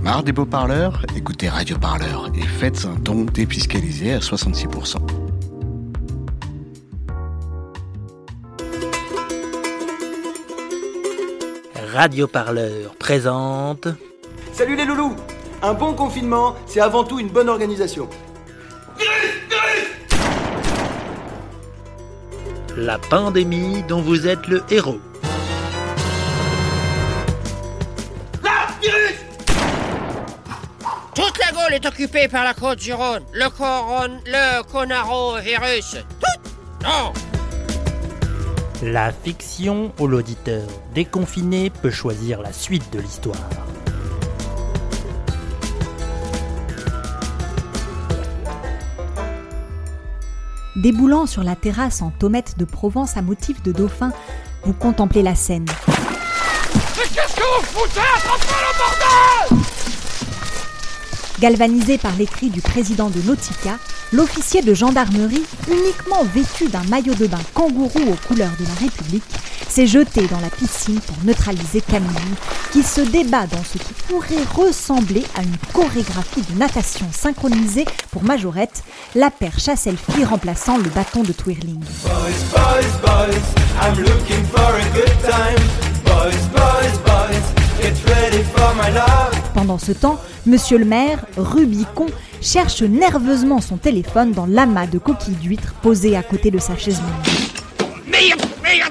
Marre des beaux parleurs? Écoutez Radio Parleur et faites un don défiscalisé à 66%. Radio Parleur présente... Salut les loulous! Un bon confinement, c'est avant tout une bonne organisation. La pandémie dont vous êtes le héros. Toute la Gaule est occupée par la côte du Rhône. Le coronavirus. Tout. Non. La fiction où l'auditeur déconfiné peut choisir la suite de l'histoire. Déboulant sur la terrasse en tomates de Provence à motif de dauphin, vous contemplez la scène. Mais qu'est-ce que vous foutez? Attrapez le bordel! Galvanisé par les cris du président de Nautica, l'officier de gendarmerie, uniquement vêtu d'un maillot de bain kangourou aux couleurs de la République, s'est jeté dans la piscine pour neutraliser Camille, qui se débat dans ce qui pourrait ressembler à une chorégraphie de natation synchronisée pour majorette, la perche à selfie remplaçant le bâton de twirling. Boys, boys, boys, I'm looking for a good time. Boys, boys, boys, get ready for my love. Pendant ce temps, Monsieur le maire, Rubicon, cherche nerveusement son téléphone dans l'amas de coquilles d'huîtres posées à côté de sa chaise longue. Merde.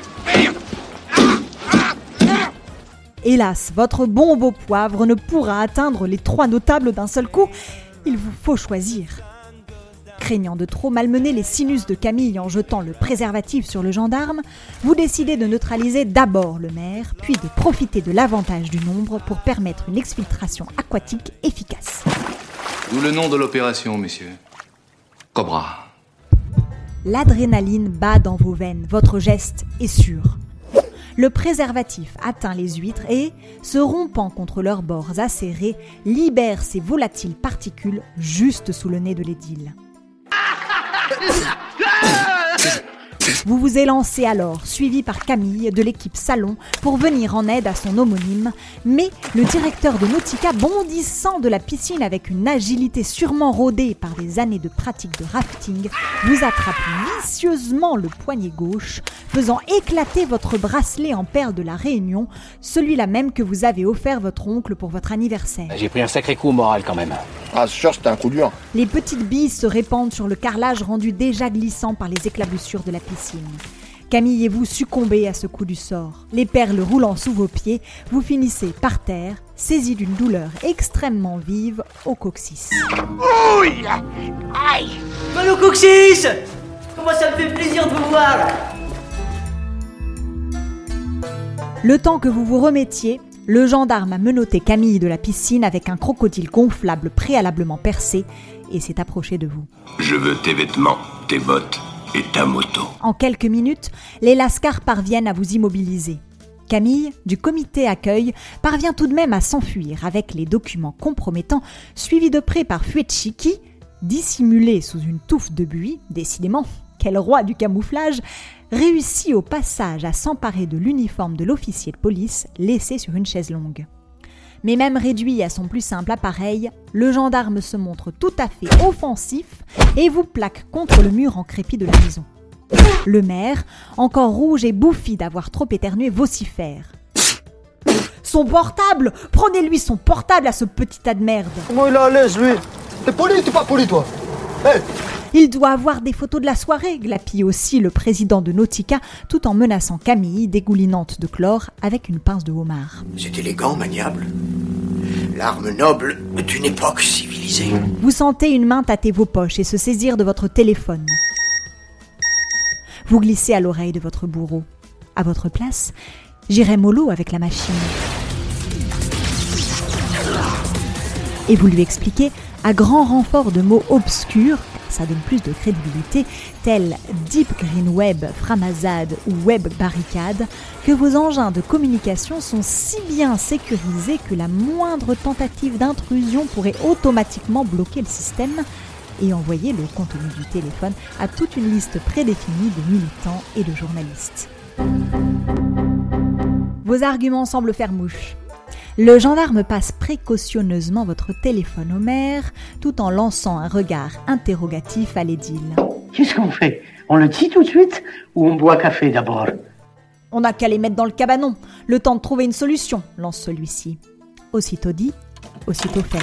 Hélas, votre bombe au poivre ne pourra atteindre les 3 notables d'un seul coup. Il vous faut choisir. Craignant de trop malmener les sinus de Camille en jetant le préservatif sur le gendarme, vous décidez de neutraliser d'abord le maire, puis de profiter de l'avantage du nombre pour permettre une exfiltration aquatique efficace. D'où le nom de l'opération, messieurs. Cobra. L'adrénaline bat dans vos veines, votre geste est sûr. Le préservatif atteint les huîtres et, se rompant contre leurs bords acérés, libère ses volatiles particules juste sous le nez de l'édile. Vous vous élancez alors, suivi par Camille de l'équipe Salon, pour venir en aide à son homonyme, mais le directeur de Nautica, bondissant de la piscine avec une agilité sûrement rodée par des années de pratique de rafting, vous attrape vicieusement le poignet gauche, faisant éclater votre bracelet en perles de la Réunion, celui-là même que vous avez offert votre oncle pour votre anniversaire. J'ai pris un sacré coup au moral quand même. Ah, sûr, c'était un coup dur. Les petites billes se répandent sur le carrelage rendu déjà glissant par les éclaboussures de la piscine. Camille et vous succombez à ce coup du sort. Les perles roulant sous vos pieds, vous finissez par terre, saisi d'une douleur extrêmement vive au coccyx. Ouille. Aïe. Allô coccyx! Comment ça me fait plaisir de vous voir là. Le temps que vous vous remettiez, le gendarme a menotté Camille de la piscine avec un crocodile gonflable préalablement percé et s'est approché de vous. Je veux tes vêtements, tes bottes et ta moto. En quelques minutes, les lascars parviennent à vous immobiliser. Camille, du comité accueil, parvient tout de même à s'enfuir avec les documents compromettants, suivis de près par Fuetschi qui, dissimulé sous une touffe de buis, décidément, quel roi du camouflage, réussit au passage à s'emparer de l'uniforme de l'officier de police laissé sur une chaise longue. Mais même réduit à son plus simple appareil, le gendarme se montre tout à fait offensif et vous plaque contre le mur en crépi de la maison. Le maire, encore rouge et bouffi d'avoir trop éternué, vocifère. Son portable! Prenez-lui son portable à ce petit tas de merde! Comment il est à l'aise, lui? T'es poli ou t'es pas poli, toi? Hey. Il doit avoir des photos de la soirée, glapit aussi le président de Nautica, tout en menaçant Camille, dégoulinante de chlore, avec une pince de homard. C'est élégant, maniable. L'arme noble d'une époque civilisée. Vous sentez une main tâter vos poches et se saisir de votre téléphone. Vous glissez à l'oreille de votre bourreau. À votre place, j'irai mollo avec la machine. Et vous lui expliquez, à grand renfort de mots obscurs, ça donne plus de crédibilité, tels Deep Green Web, Framazad ou Web Barricade, que vos engins de communication sont si bien sécurisés que la moindre tentative d'intrusion pourrait automatiquement bloquer le système et envoyer le contenu du téléphone à toute une liste prédéfinie de militants et de journalistes. Vos arguments semblent faire mouche. Le gendarme passe précautionneusement votre téléphone au maire, tout en lançant un regard interrogatif à l'édile. Qu'est-ce qu'on fait? On le dit tout de suite ou on boit café d'abord? On n'a qu'à les mettre dans le cabanon, le temps de trouver une solution, lance celui-ci. Aussitôt dit, aussitôt fait.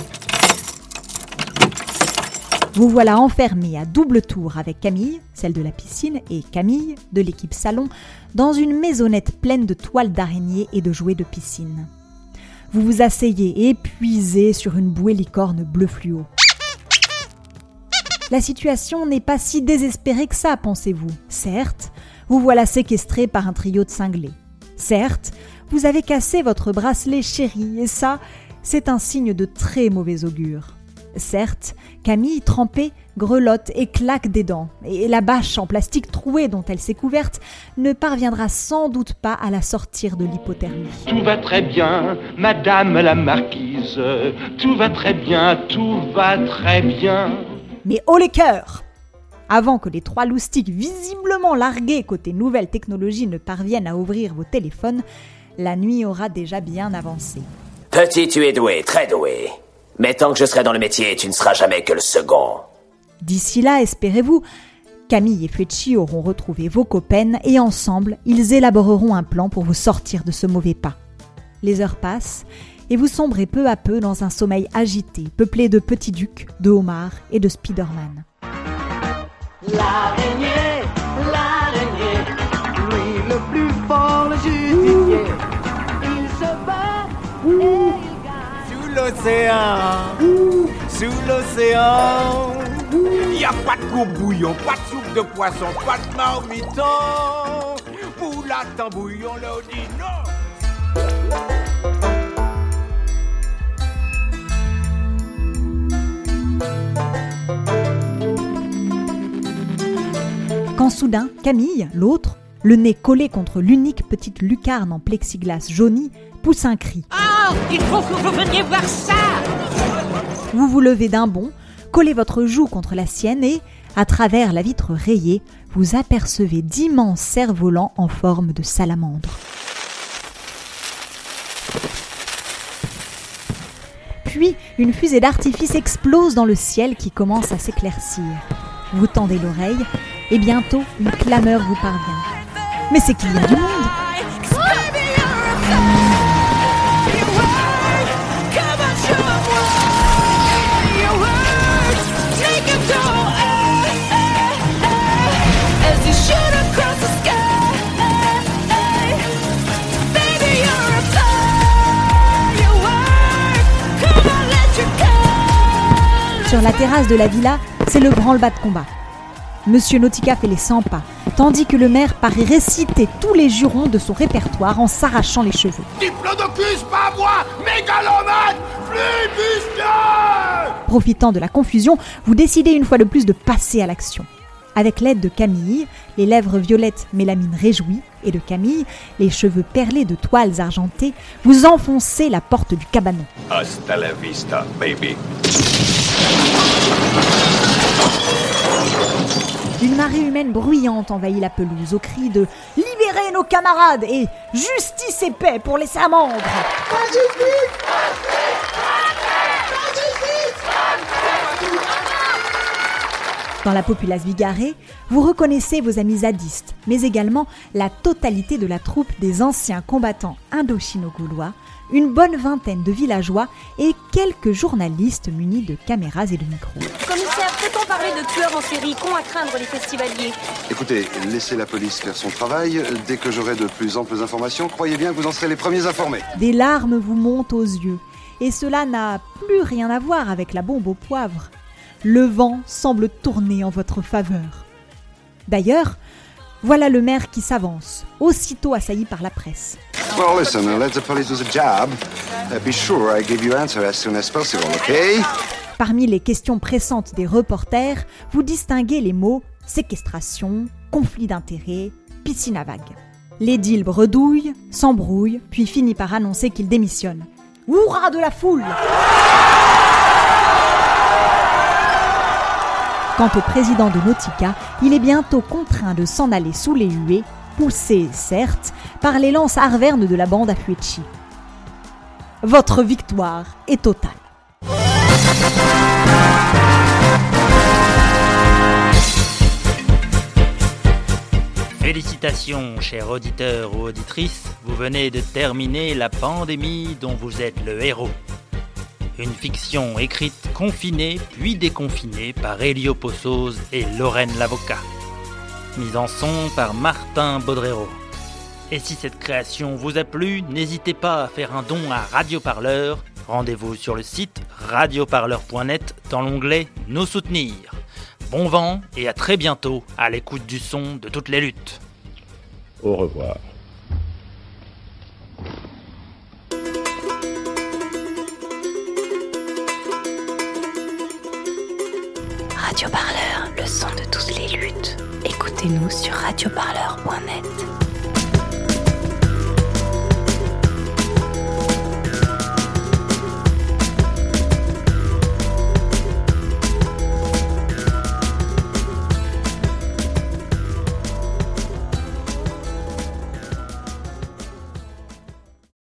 Vous voilà enfermé à double tour avec Camille, celle de la piscine, et Camille, de l'équipe salon, dans une maisonnette pleine de toiles d'araignée et de jouets de piscine. Vous vous asseyez épuisé sur une bouée licorne bleu fluo. La situation n'est pas si désespérée que ça, pensez-vous. Certes, vous voilà séquestré par un trio de cinglés. Certes, vous avez cassé votre bracelet chéri, et ça, c'est un signe de très mauvais augure. Certes, Camille, trempée, grelotte et claque des dents, et la bâche en plastique trouée dont elle s'est couverte ne parviendra sans doute pas à la sortir de l'hypothermie. Tout va très bien, madame la marquise. Tout va très bien, tout va très bien. Mais haut les cœurs! Avant que les 3 loustiques visiblement largués côté nouvelle technologie ne parviennent à ouvrir vos téléphones, la nuit aura déjà bien avancé. Petit, tu es doué, très doué. Mais tant que je serai dans le métier, tu ne seras jamais que le second. D'ici là, espérez-vous, Camille et Fuetschi auront retrouvé vos copains et ensemble, ils élaboreront un plan pour vous sortir de ce mauvais pas. Les heures passent et vous sombrez peu à peu dans un sommeil agité, peuplé de petits ducs, de homards et de Spider-Man. L'araignée, lui le plus fort, le justicier. Il se bat et il gagne. Sous l'océan, y a pas de coupe bouillon, pas de soupe de poisson, pas de marmiton. Poula tambouillon, l'eau dit non. Quand soudain, Camille, l'autre, le nez collé contre l'unique petite lucarne en plexiglas jauni, pousse un cri. Oh, il faut que vous veniez voir ça! Vous vous levez d'un bond, collez votre joue contre la sienne et, à travers la vitre rayée, vous apercevez d'immenses cerfs-volants en forme de salamandre. Puis, une fusée d'artifice explose dans le ciel qui commence à s'éclaircir. Vous tendez l'oreille et bientôt une clameur vous parvient. Mais c'est qu'il y a du monde! Sur la terrasse de la villa, c'est le branle-bas de combat. Monsieur Nautica fait les 100 pas, tandis que le maire paraît réciter tous les jurons de son répertoire en s'arrachant les cheveux. Diplodocus, pas moi, mégalomane, flibustieux! Profitant de la confusion, vous décidez une fois de plus de passer à l'action. Avec l'aide de Camille, les lèvres violettes mais la mine réjouie, et de Camille, les cheveux perlés de toiles argentées, vous enfoncez la porte du cabanon. Hasta la vista, baby. Une marée humaine bruyante envahit la pelouse au cri de « Libérez nos camarades !» et « Justice et paix pour les salamandres !» Dans la populace bigarrée, vous reconnaissez vos amis zadistes, mais également la totalité de la troupe des anciens combattants indochino-gaulois, une bonne vingtaine de villageois et quelques journalistes munis de caméras et de micros. Commissaire, peut-on parler de tueurs en série qu'ont à craindre les festivaliers? Écoutez, laissez la police faire son travail. Dès que j'aurai de plus amples informations, croyez bien que vous en serez les premiers informés. Des larmes vous montent aux yeux, et cela n'a plus rien à voir avec la bombe au poivre. Le vent semble tourner en votre faveur. D'ailleurs, voilà le maire qui s'avance, aussitôt assailli par la presse. Well, listen, let the police do the job. Be sure I give you answer as soon as possible, okay? Parmi les questions pressantes des reporters, vous distinguez les mots séquestration, conflit d'intérêts, piscine à vagues. L'édile bredouille, s'embrouille, puis finit par annoncer qu'il démissionne. Hurrah de la foule! Quant au président de Nautica, il est bientôt contraint de s'en aller sous les huées, poussé, certes, par les lances arvernes de la bande à Fuetschi. votre victoire est totale. Félicitations, chers auditeurs ou auditrices, vous venez de terminer La pandémie dont vous êtes le héros. Une fiction écrite, confinée, puis déconfinée par Elio Possoz et Lorraine Lavocat. Mise en son par Martin Baudrero. Et si cette création vous a plu, n'hésitez pas à faire un don à Radio Parleur. Rendez-vous sur le site radioparleur.net dans l'onglet « Nous soutenir ». Bon vent et à très bientôt à l'écoute du son de toutes les luttes. Au revoir. Radio Parleur, le son de toutes les luttes. Écoutez-nous sur radioparleur.net.